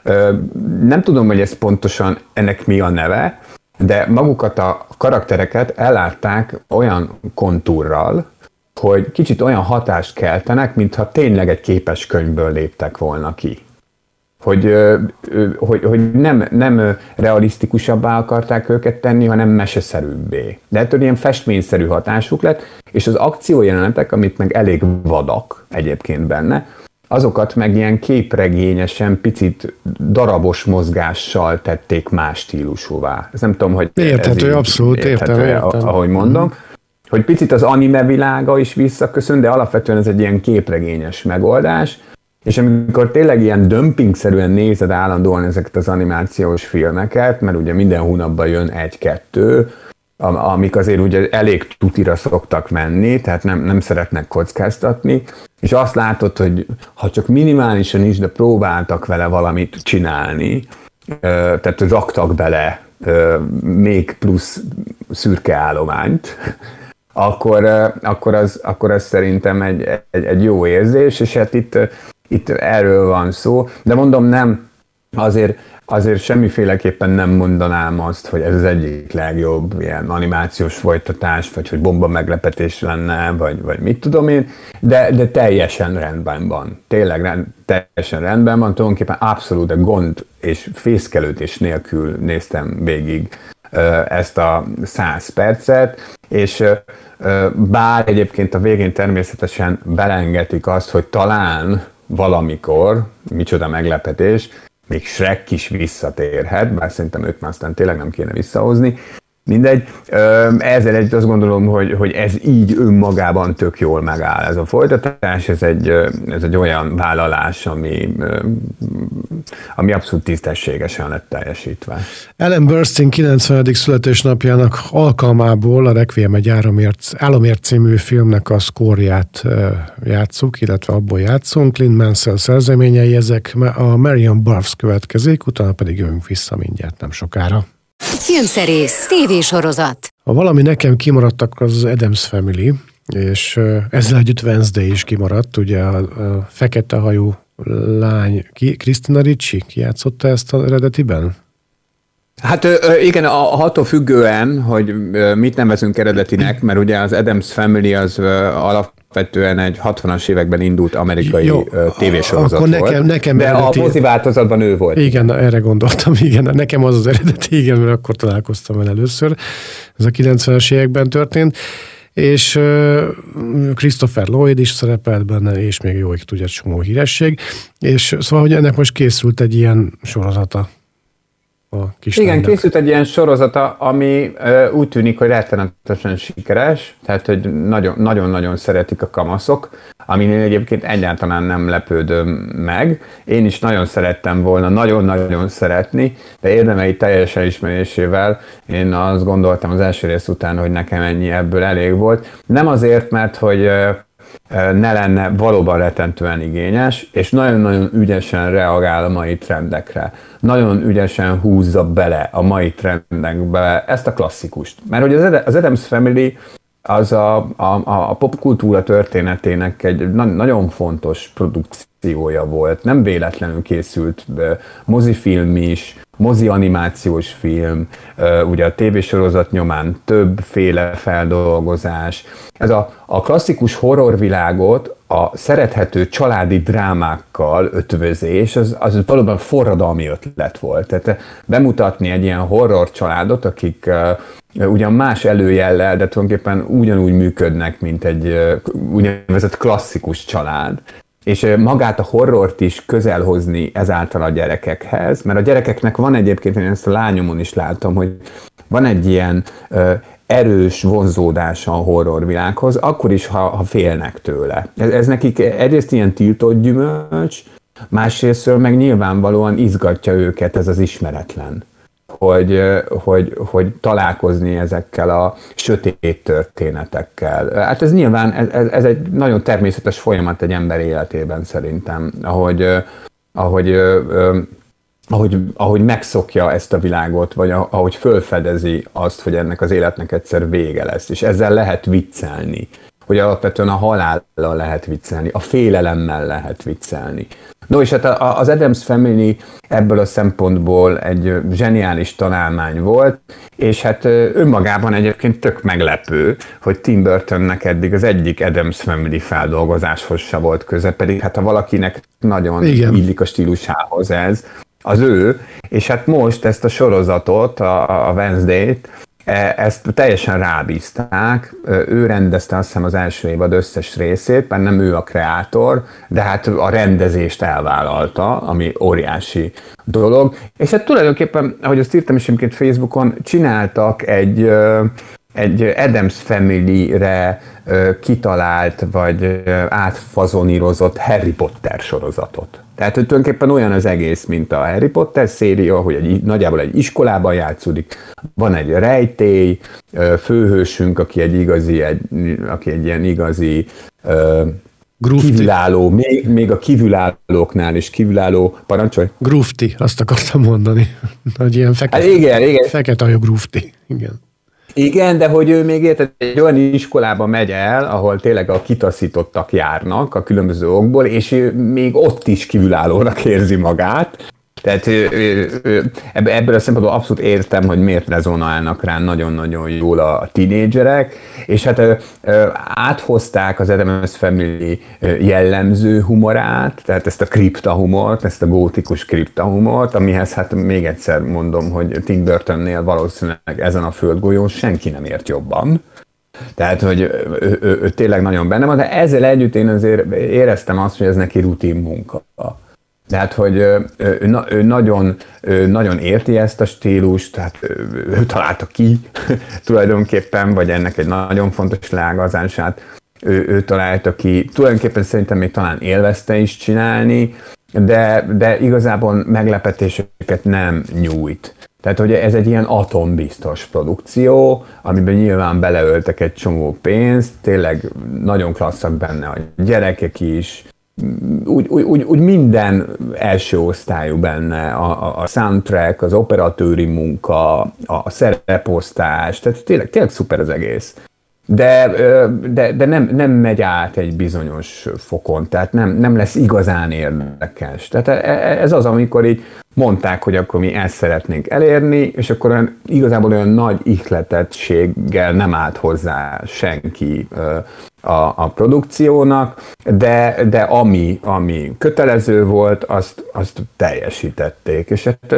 [SPEAKER 5] Nem tudom, hogy ez pontosan ennek mi a neve, de magukat a karaktereket ellátták olyan kontúrral, hogy kicsit olyan hatást keltenek, mintha tényleg egy képes könyvből léptek volna ki. Hogy, hogy, hogy nem, nem realisztikusabbá akarták őket tenni, hanem meseszerűbbé. De ettől ilyen festményszerű hatásuk lett, és az akciójelenetek, amit meg elég vadak egyébként benne, azokat meg ilyen képregényesen, picit darabos mozgással tették más stílusúvá. Ez nem tudom, hogy...
[SPEAKER 3] Érthető,
[SPEAKER 5] ez
[SPEAKER 3] abszolút, értem, értem.
[SPEAKER 5] Ahogy mondom. Mm. Hogy picit az anime világa is visszaköszön, de alapvetően ez egy ilyen képregényes megoldás, és amikor tényleg ilyen dömpingszerűen nézed állandóan ezeket az animációs filmeket, mert ugye minden hónapban jön egy-kettő, amik azért ugye elég tutira szoktak menni, tehát nem, nem szeretnek kockáztatni, és azt látod, hogy ha csak minimálisan is, de próbáltak vele valamit csinálni, tehát raktak bele még plusz szürke állományt, akkor, akkor, az, akkor az szerintem egy, egy, egy jó érzés, és hát itt, itt erről van szó, de mondom, nem, azért, azért semmiféleképpen nem mondanám azt, hogy ez az egyik legjobb ilyen animációs folytatás, vagy hogy bomba meglepetés lenne, vagy, vagy mit tudom én, de, de teljesen rendben van. Tényleg rend, teljesen rendben van, tulajdonképpen abszolút gond és fészkelődés nélkül néztem végig ezt a száz percet, és bár egyébként a végén természetesen belengetik azt, hogy talán valamikor, micsoda meglepetés, még Shrek is visszatérhet, bár szerintem őt már aztán tényleg nem kéne visszahozni. Mindegy, ezzel együtt azt gondolom, hogy, hogy ez így önmagában tök jól megáll. Ez a folytatás, ez egy, ez egy olyan vállalás, ami, ami abszolút tisztességesen lett teljesítve.
[SPEAKER 3] Ellen Burstyn kilencvenedik születésnapjának alkalmából a Requiem egy álomért, álomért című filmnek a szkórját játsszuk, illetve abból játszunk. Lin Mansell szerzeményei ezek, a Marion Barves következik, utána pedig jövünk vissza mindjárt nem sokára.
[SPEAKER 2] Filmszerész, tévésorozat.
[SPEAKER 3] Ha valami nekem kimaradtak, az az Addams Family, és ezzel együtt Wednesday is kimaradt, ugye a, a fekete hajú lány, ki, Christina Ricci, ki játszotta ezt az eredetiben?
[SPEAKER 5] Hát igen, attól függően, hogy mit nevezünk eredetinek, mert ugye az Addams Family az alapvetően egy hatvanas években indult amerikai Jó, tévésorozat
[SPEAKER 3] akkor
[SPEAKER 5] volt.
[SPEAKER 3] Nekem, nekem
[SPEAKER 5] de
[SPEAKER 3] eredeti...
[SPEAKER 5] a mozi változatban ő volt.
[SPEAKER 3] Igen, erre gondoltam, igen. Nekem az az eredeti, igen, mert akkor találkoztam vele először. Ez a kilencvenes években történt. És Christopher Lloyd is szerepelt benne, és még jó, hogy tudja, csomó híresség. És szóval, hogy ennek most készült egy ilyen sorozata.
[SPEAKER 5] Igen, készült egy ilyen sorozata, ami uh, úgy tűnik, hogy rettenetesen sikeres, tehát hogy nagyon-nagyon szeretik a kamaszok, aminél egyébként egyáltalán nem lepődöm meg. Én is nagyon szerettem volna, nagyon-nagyon szeretni, de érdemei teljes elismerésével én azt gondoltam az első rész után, hogy nekem ennyi ebből elég volt. Nem azért, mert hogy uh, ne lenne valóban rettentően igényes, és nagyon-nagyon ügyesen reagál a mai trendekre. Nagyon ügyesen húzza bele a mai trendekbe ezt a klasszikust. Mert hogy az Addams Family az a, a, a popkultúra történetének egy nagyon fontos produkciója volt. Nem véletlenül készült mozifilm is, mozi animációs film, ugye a tévésorozat nyomán többféle feldolgozás. Ez a, a klasszikus horrorvilágot a szerethető családi drámákkal ötvözés, az, az valóban forradalmi ötlet volt. Tehát bemutatni egy ilyen horror családot, akik uh, ugyan más előjellel, de tulajdonképpen ugyanúgy működnek, mint egy uh, úgynevezett klasszikus család. És magát a horrort is közel hozni ezáltal a gyerekekhez, mert a gyerekeknek van egyébként, én ezt a lányomon is látom, hogy van egy ilyen uh, erős vonzódása a horrorvilághoz, akkor is, ha, ha félnek tőle. Ez, ez nekik egyrészt ilyen tiltott gyümölcs, másrésztről meg nyilvánvalóan izgatja őket ez az ismeretlen. Hogy, hogy, hogy találkozni ezekkel a sötét történetekkel. Hát ez nyilván, ez, ez egy nagyon természetes folyamat egy ember életében szerintem, ahogy, ahogy, ahogy, ahogy megszokja ezt a világot, vagy ahogy fölfedezi azt, hogy ennek az életnek egyszer vége lesz, és ezzel lehet viccelni. Hogy alapvetően a halállal lehet viccelni, a félelemmel lehet viccelni. No, és hát az Addams Family ebből a szempontból egy zseniális találmány volt, és hát önmagában egyébként tök meglepő, hogy Tim Burtonnek eddig az egyik Addams Family feldolgozáshoz se volt köze, pedig hát ha valakinek nagyon Igen. illik a stílusához ez, az ő, és hát most ezt a sorozatot, a, a Wednesday-t, ezt teljesen rábízták, ő rendezte azt hiszem az első évad összes részét, mert nem ő a kreátor, de hát a rendezést elvállalta, ami óriási dolog, és hát tulajdonképpen, ahogy azt írtam is egyébként Facebookon, csináltak egy, egy Addams Family-re kitalált, vagy átfazonírozott Harry Potter sorozatot. Tehát tulajdonképpen olyan az egész, mint a Harry Potter széria, hogy egy, nagyjából egy iskolában játszódik, van egy rejtély, főhősünk, aki egy igazi, egy, aki egy ilyen igazi
[SPEAKER 3] Grufti.
[SPEAKER 5] Kívülálló, még, még a kívülállóknál is kívülálló, parancsolj?
[SPEAKER 3] Grufti, azt akartam mondani. Hogy ilyen fekete,
[SPEAKER 5] hát igen, igen.
[SPEAKER 3] fekete hajú grufti. Igen.
[SPEAKER 5] Igen, de hogy ő még érted, egy olyan iskolába megy el, ahol tényleg a kitaszítottak járnak a különböző okból, és ő még ott is kívülállónak érzi magát. Tehát ő, ő, ő, ebből a szempontból abszolút értem, hogy miért rezonálnak rá nagyon-nagyon jól a tínédzserek, és hát ö, ö, áthozták az Addams Family jellemző humorát, tehát ezt a kriptahumort, ezt a gótikus kriptahumort, amihez hát még egyszer mondom, hogy Tim Burtonnél valószínűleg ezen a földgolyón senki nem ért jobban. Tehát, hogy ő, ő, ő, ő tényleg nagyon benne van, de ezzel együtt én azért éreztem azt, hogy ez neki rutin munka. Tehát, hogy ő, ő, ő, nagyon, ő nagyon érti ezt a stílust, tehát ő, ő találta ki tulajdonképpen, vagy ennek egy nagyon fontos leágazását ő, ő találta ki. Tulajdonképpen szerintem még talán élvezte is csinálni, de, de igazából meglepetéseket nem nyújt. Tehát, hogy ez egy ilyen atombiztos produkció, amiben nyilván beleöltek egy csomó pénzt, tényleg nagyon klasszak benne a gyerekek is, Úgy, úgy, úgy minden első osztályú benne, a, a soundtrack, az operatőri munka, a szereposztás, tehát tényleg, tényleg szuper az egész. De, de, de nem, nem megy át egy bizonyos fokon, tehát nem, nem lesz igazán érdekes. Tehát ez az, amikor így mondták, hogy akkor mi ezt szeretnénk elérni, és akkor olyan, igazából olyan nagy ihletettséggel nem állt hozzá senki a, a produkciónak, de, de ami, ami kötelező volt, azt, azt teljesítették. És hát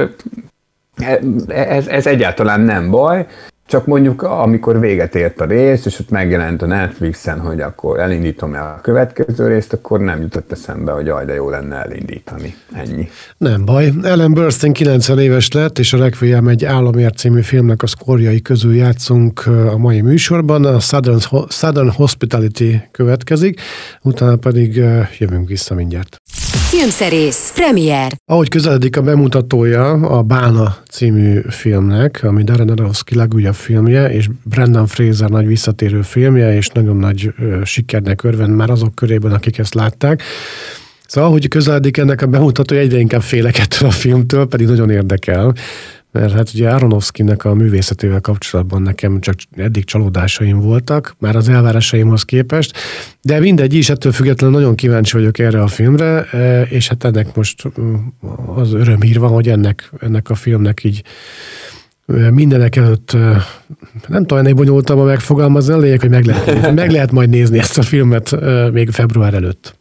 [SPEAKER 5] ez, ez egyáltalán nem baj, csak mondjuk amikor véget ért a rész, és ott megjelent a Netflixen, hogy akkor elindítom el a következő részt, akkor nem jutott eszembe, hogy jaj, de jó lenne elindítani. Ennyi.
[SPEAKER 3] Nem baj. Ellen Burstyn kilencven éves lett, és a Requiem egy álomért című filmnek a szkorjai közül játszunk a mai műsorban. A Southern, Southern Hospitality következik, utána pedig jövünk vissza mindjárt.
[SPEAKER 2] Filmszerész, premier.
[SPEAKER 3] Ahogy közeledik a bemutatója a Bálna című filmnek, ami Darren Aronofsky legújabb filmje, és Brendan Fraser nagy visszatérő filmje, és nagyon nagy ö, sikernek örvend már azok körében, akik ezt látták. Szóval, ahogy közeledik ennek a bemutatója, egyre inkább félek ettől a filmtől, pedig nagyon érdekel, mert hát ugye Aronofskynek a művészetével kapcsolatban nekem csak eddig csalódásaim voltak, már az elvárásaimhoz képest, de mindegy is, ettől függetlenül nagyon kíváncsi vagyok erre a filmre, és hát ennek most az örömhír van, hogy ennek, ennek a filmnek így mindenek előtt, nem tudom, ennél bonyolultabban megfogalmazni, a lényeg, hogy meg lehet, meg lehet majd nézni ezt a filmet még február előtt.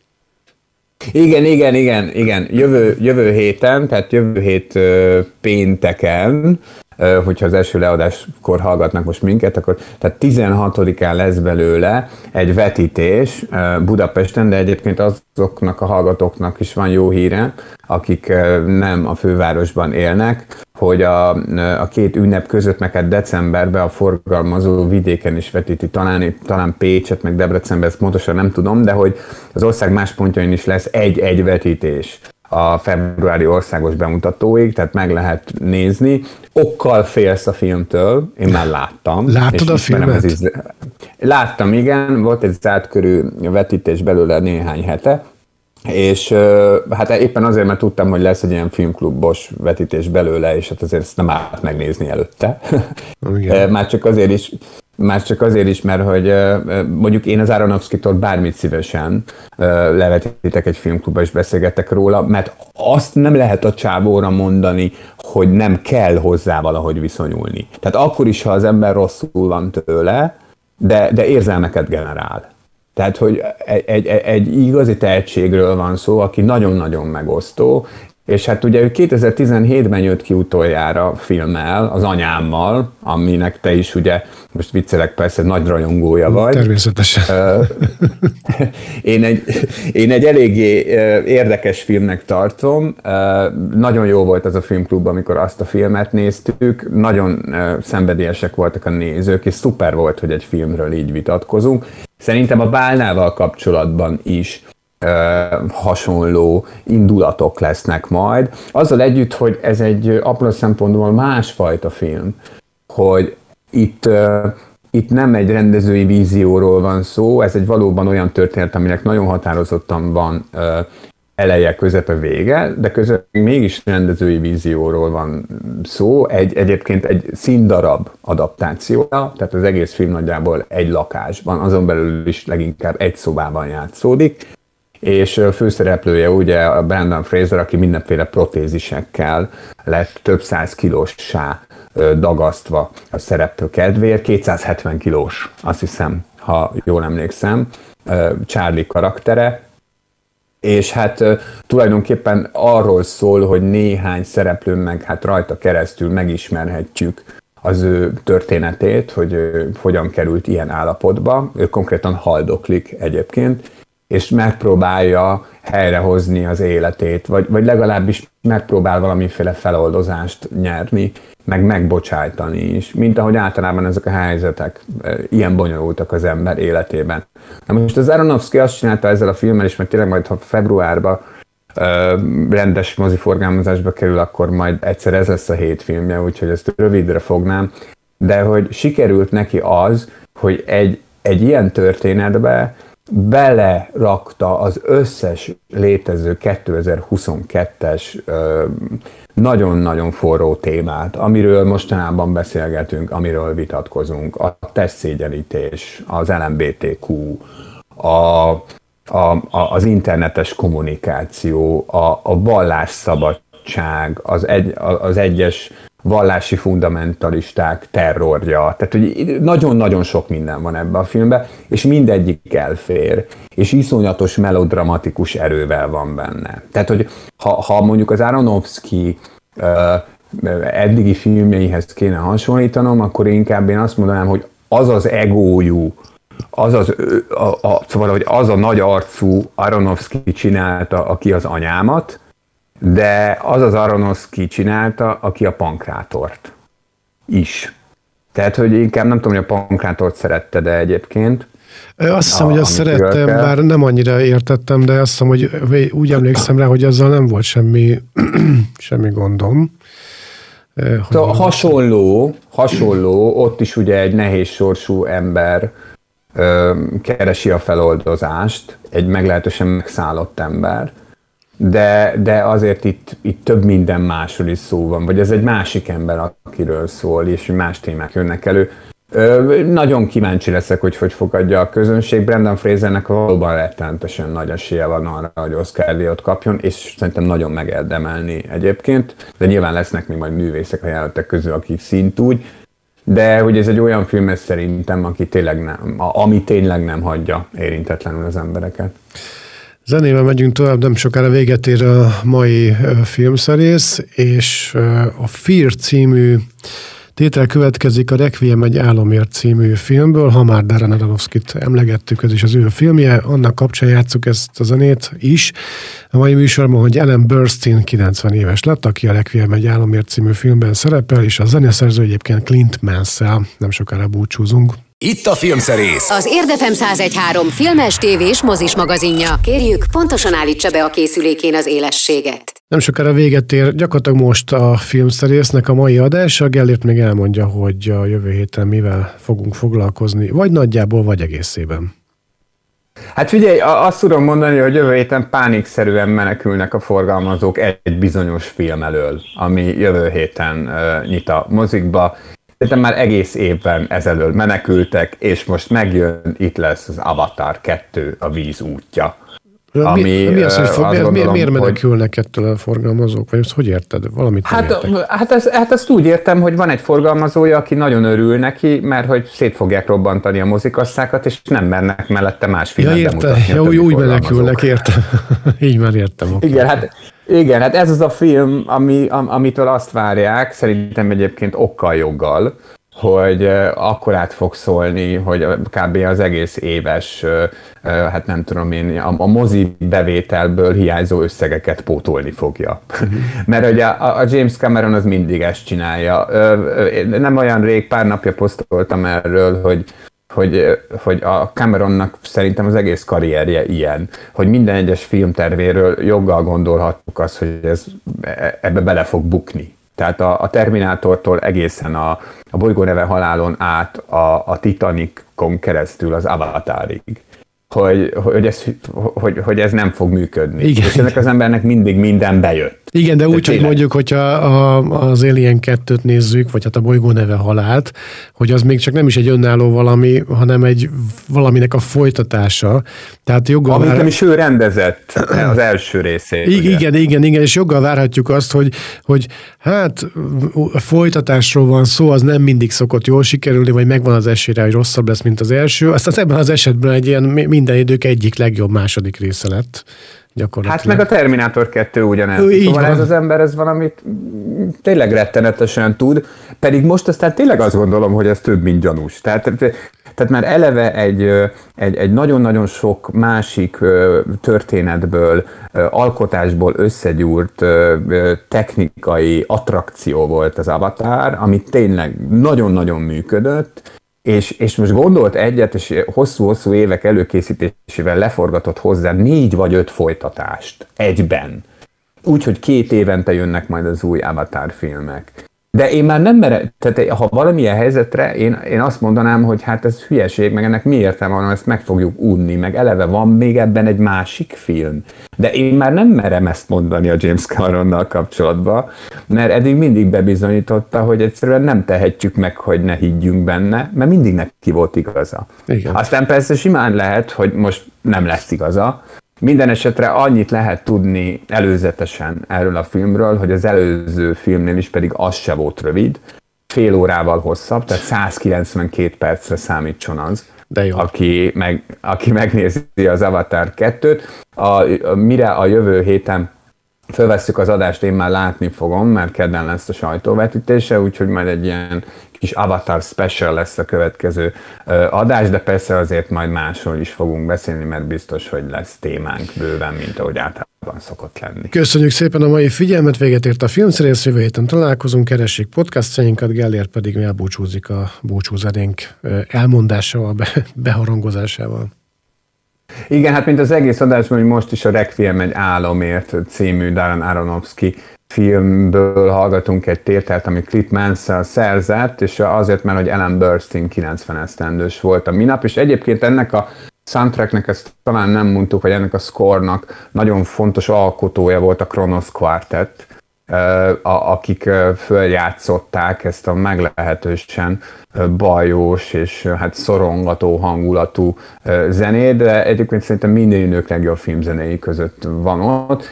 [SPEAKER 5] Igen, igen, igen, igen. Jövő, jövő héten, tehát jövő hét ö, pénteken, ö, hogyha az első leadáskor hallgatnak most minket, akkor tehát tizenhatodikán lesz belőle egy vetítés ö, Budapesten, de egyébként azoknak a hallgatóknak is van jó híre, akik ö, nem a fővárosban élnek, hogy a, a két ünnep között, meg hát decemberben a forgalmazó vidéken is vetíti, talán, talán Pécset, meg Debrecenben, ezt pontosan nem tudom, de hogy az ország más pontjain is lesz egy-egy vetítés a februári országos bemutatóig, tehát meg lehet nézni. Okkal félsz a filmtől, én már láttam.
[SPEAKER 3] Látod a filmet?
[SPEAKER 5] Izle... Láttam, igen, volt egy zárt körű vetítés belőle néhány hete, és hát éppen azért, mert tudtam, hogy lesz egy ilyen filmklubos vetítés belőle, és hát azért ezt nem állt megnézni előtte. Igen. Már csak azért is, már csak azért is, mert hogy mondjuk én az Aronofskytól bármit szívesen levetítek egy filmklubba, és beszélgetek róla, mert azt nem lehet a csávóra mondani, hogy nem kell hozzá valahogy viszonyulni. Tehát akkor is, ha az ember rosszul van tőle, de, de érzelmeket generál. Tehát, hogy egy, egy, egy igazi tehetségről van szó, aki nagyon-nagyon megosztó, és hát ugye ő kétezer-tizenhétben jött ki utoljára filmmel, az Anyámmal, aminek te is ugye, most viccelek persze, nagy rajongója vagy.
[SPEAKER 3] Természetesen.
[SPEAKER 5] Én egy, én egy eléggé érdekes filmnek tartom. Nagyon jó volt az a filmklub, amikor azt a filmet néztük, nagyon szenvedélyesek voltak a nézők, és szuper volt, hogy egy filmről így vitatkozunk. Szerintem a Bálnával kapcsolatban is uh, hasonló indulatok lesznek majd. Azzal együtt, hogy ez egy apró szempontból másfajta film, hogy itt, uh, itt nem egy rendezői vízióról van szó, ez egy valóban olyan történet, aminek nagyon határozottan van ö, eleje, közepe, vége, de közben mégis rendezői vízióról van szó, egy, egyébként egy színdarab adaptációja, tehát az egész film nagyjából egy lakásban, azon belül is leginkább egy szobában játszódik, és a főszereplője ugye a Brendan Fraser, aki mindenféle protézisekkel lett több száz kilóssá dagasztva a szereplő kedvéért, kétszázhetven kilós, azt hiszem, ha jól emlékszem, Charlie karaktere, és hát tulajdonképpen arról szól, hogy néhány szereplőn meg hát rajta keresztül megismerhetjük az ő történetét, hogy ő hogyan került ilyen állapotba, ő konkrétan haldoklik egyébként, és megpróbálja helyrehozni az életét, vagy, vagy legalábbis megpróbál valamiféle feloldozást nyerni, meg megbocsájtani is, mint ahogy általában ezek a helyzetek ilyen bonyolultak az ember életében. Na most az Aronofsky azt csinálta ezzel a filmmel, és meg tényleg majd, ha februárban ö, rendes moziforgalmazásba kerül, akkor majd egyszer ez lesz a hét filmje, úgyhogy ezt rövidre fognám, de hogy sikerült neki az, hogy egy, egy ilyen történetbe belerakta az összes létező kétezer-huszonkettes ö, nagyon-nagyon forró témát, amiről mostanában beszélgetünk, amiről vitatkozunk, a testszégyenítés, az el em bé té kú, a, a, a, az internetes kommunikáció, a, a vallásszabadság, az, egy, az egyes vallási fundamentalisták terrorja. Tehát, hogy nagyon-nagyon sok minden van ebben a filmben, és mindegyik elfér, és iszonyatos melodramatikus erővel van benne. Tehát, hogy ha, ha mondjuk az Aronofsky uh, eddigi filmjeihez kéne hasonlítanom, akkor inkább én azt mondanám, hogy az az egójú, az az, a, a, szóval, hogy az a nagy arcú Aronofsky csinálta, aki az anyámat, de az az Aronofsky csinálta, aki a Pankrátort is. Tehát, hogy inkább nem tudom, hogy a Pankrátort szerette, de egyébként.
[SPEAKER 3] Azt hiszem, a, hogy azt szerettem, bár nem annyira értettem, de azt hiszem, hogy úgy emlékszem rá, hogy azzal nem volt semmi, semmi gondom.
[SPEAKER 5] Szóval hasonló, hasonló, ott is ugye egy nehéz sorsú ember ö, keresi a feloldozást, egy meglehetősen megszállott ember, de, de azért itt, itt több minden másról is szó van, vagy ez egy másik ember, akiről szól, és más témák jönnek elő. Ö, nagyon kíváncsi leszek, hogy hogy fogadja a közönség. Brendan Frasernek valóban rettenetesen nagy esélye van arra, hogy Oscar-díjat kapjon, és szerintem nagyon megérdemelni egyébként, de nyilván lesznek még majd művészek a jelöltek közül, akik szintúgy, de hogy ez egy olyan film, ez szerintem, aki tényleg nem, ami tényleg nem hagyja érintetlenül az embereket.
[SPEAKER 3] Zenével megyünk tovább, nem sokára véget ér a mai filmszerész, és a Fear című tétel következik a Requiem egy álomért című filmből, ha már Darren Aronofskyt emlegettük, ez is az ő filmje, annak kapcsán játsszuk ezt a zenét is. A mai műsorban, hogy Ellen Burstyn kilencven éves lett, aki a Requiem egy álomért című filmben szerepel, és a zeneszerző egyébként Clint Mansell, nem sokára búcsúzunk.
[SPEAKER 1] Itt a filmszerész.
[SPEAKER 2] Az Érdefem száz egy pont három filmes, tévés, mozis magazinja. Kérjük, pontosan állítsa be a készülékén az élességet.
[SPEAKER 3] Nem sokára véget ér gyakorlatilag most a filmszerésznek a mai adása. Gellért még elmondja, hogy a jövő héten mivel fogunk foglalkozni, vagy nagyjából, vagy egészében.
[SPEAKER 5] Hát figyelj, azt tudom mondani, hogy jövő héten pánikszerűen menekülnek a forgalmazók egy bizonyos film elől, ami jövő héten uh, nyit a mozikba. Szerintem már egész évben ezelől menekültek, és most megjön, itt lesz az Avatar kettő, a víz útja.
[SPEAKER 3] Ami, mi, mi az, hogy fog, miért, gondolom, miért menekülnek hogy... ettől a forgalmazók? Vagy ezt hogy érted? Valamit
[SPEAKER 5] hát, hát, ezt, hát ezt úgy értem, hogy van egy forgalmazója, aki nagyon örül neki, mert hogy szét fogják robbantani a mozikasszákat, és nem mernek mellette más filmet
[SPEAKER 3] ja,
[SPEAKER 5] bemutatni.
[SPEAKER 3] Ja, úgy, úgy menekülnek, értem. Így már értem. Okay.
[SPEAKER 5] Igen, hát, igen, hát ez az a film, ami, am, amitől azt várják, szerintem egyébként okkal joggal, hogy akkorát fog szólni, hogy kb. Az egész éves, hát nem tudom én, a, a mozi bevételből hiányzó összegeket pótolni fogja. Uh-huh. Mert ugye a, a James Cameron az mindig ezt csinálja. Nem olyan rég, pár napja posztoltam erről, hogy Hogy, hogy a Cameronnak szerintem az egész karrierje ilyen, hogy minden egyes filmtervéről joggal gondolhatjuk azt, hogy ez, ebbe bele fog bukni. Tehát a, a Terminátortól egészen a, a Bolygó neve halálon át a, a Titanicon keresztül az Avatarig. Hogy, hogy, ez, hogy, hogy ez nem fog működni. Igen. És ennek az embernek mindig minden bejött.
[SPEAKER 3] Igen, de úgy, hogy mondjuk, hogyha a, az Alien kettőt nézzük, vagy hát a Bolygó neve halált, hogy az még csak nem is egy önálló valami, hanem egy valaminek a folytatása. Tehát joggal
[SPEAKER 5] Amit vár... nem is ő rendezett az első részét.
[SPEAKER 3] I- igen, igen, igen, és joggal várhatjuk azt, hogy, hogy hát a folytatásról van szó, az nem mindig szokott jól sikerülni, vagy megvan az esély rá, hogy rosszabb lesz, mint az első. Aztán ebben az esetben egy ilyen minden idők egyik legjobb második része lett.
[SPEAKER 5] Hát meg a Terminátor kettő ugyanez. Ő, szóval van. Ez az ember, ez valamit tényleg rettenetesen tud, pedig most aztán tényleg azt gondolom, hogy ez több, mint gyanús. Tehát, tehát már eleve egy, egy, egy nagyon-nagyon sok másik történetből, alkotásból összegyúrt technikai attrakció volt az Avatar, ami tényleg nagyon-nagyon működött, És, és most gondolt egyet, és hosszú-hosszú évek előkészítésével leforgatott hozzá négy vagy öt folytatást egyben. Úgyhogy két évente jönnek majd az új Avatar filmek. De én már nem merem, tehát ha valamilyen helyzetre, én, én azt mondanám, hogy hát ez hülyeség, meg ennek mi értelme van, ezt meg fogjuk unni, meg eleve van még ebben egy másik film. De én már nem merem ezt mondani a James Cameronnal kapcsolatban, mert eddig mindig bebizonyította, hogy egyszerűen nem tehetjük meg, hogy ne higgyünk benne, mert mindig neki volt igaza. Igen. Aztán persze simán lehet, hogy most nem lesz igaza. Minden esetre annyit lehet tudni előzetesen erről a filmről, hogy az előző filmnél is pedig az se volt rövid, fél órával hosszabb, tehát százkilencvenkét percre számítson az, de jó. Aki, meg, aki megnézi az Avatar kettőt. A, a, mire a jövő héten fölvesszük az adást, én már látni fogom, mert kedden lesz a sajtóvetítése, úgyhogy majd egy ilyen kis Avatar special lesz a következő adás, de persze azért majd másról is fogunk beszélni, mert biztos, hogy lesz témánk bőven, mint ahogy általában szokott lenni.
[SPEAKER 3] Köszönjük szépen a mai figyelmet, véget ért a Filmszerész, jövő héten találkozunk, keressék podcastjainkat, Gellért pedig elbúcsúzik a búcsúzenénk elmondásával, beharangozásával.
[SPEAKER 5] Igen, hát mint az egész adásban, hogy most is a Requiem egy álomért című Darren Aronofsky filmből hallgatunk egy tételt, ami Clint Mansell szerzett, és azért, mert hogy Ellen Burstyn kilencven esztendős volt a minap, és egyébként ennek a soundtracknek, ezt talán nem mondtuk, hogy ennek a score-nak nagyon fontos alkotója volt a Kronos Quartet, akik följátszották ezt a meglehetősen bajós és hát szorongató hangulatú zenét, de egyébként szerintem minden idők legjobb filmzenéi között van ott.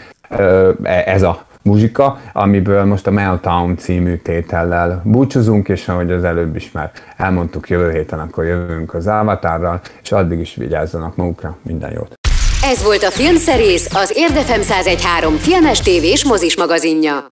[SPEAKER 5] Ez a muzsika, amiből most a Meltdown című tétellel búcsúzunk, és ahogy az előbb is már elmondtuk, jövő héten akkor jövünk az Avatarral, és addig is vigyázzanak magukra, minden jót!
[SPEAKER 2] Ez volt a Filmszerész, az Érdefem száz egy pont három filmes, tévés, mozis magazinja.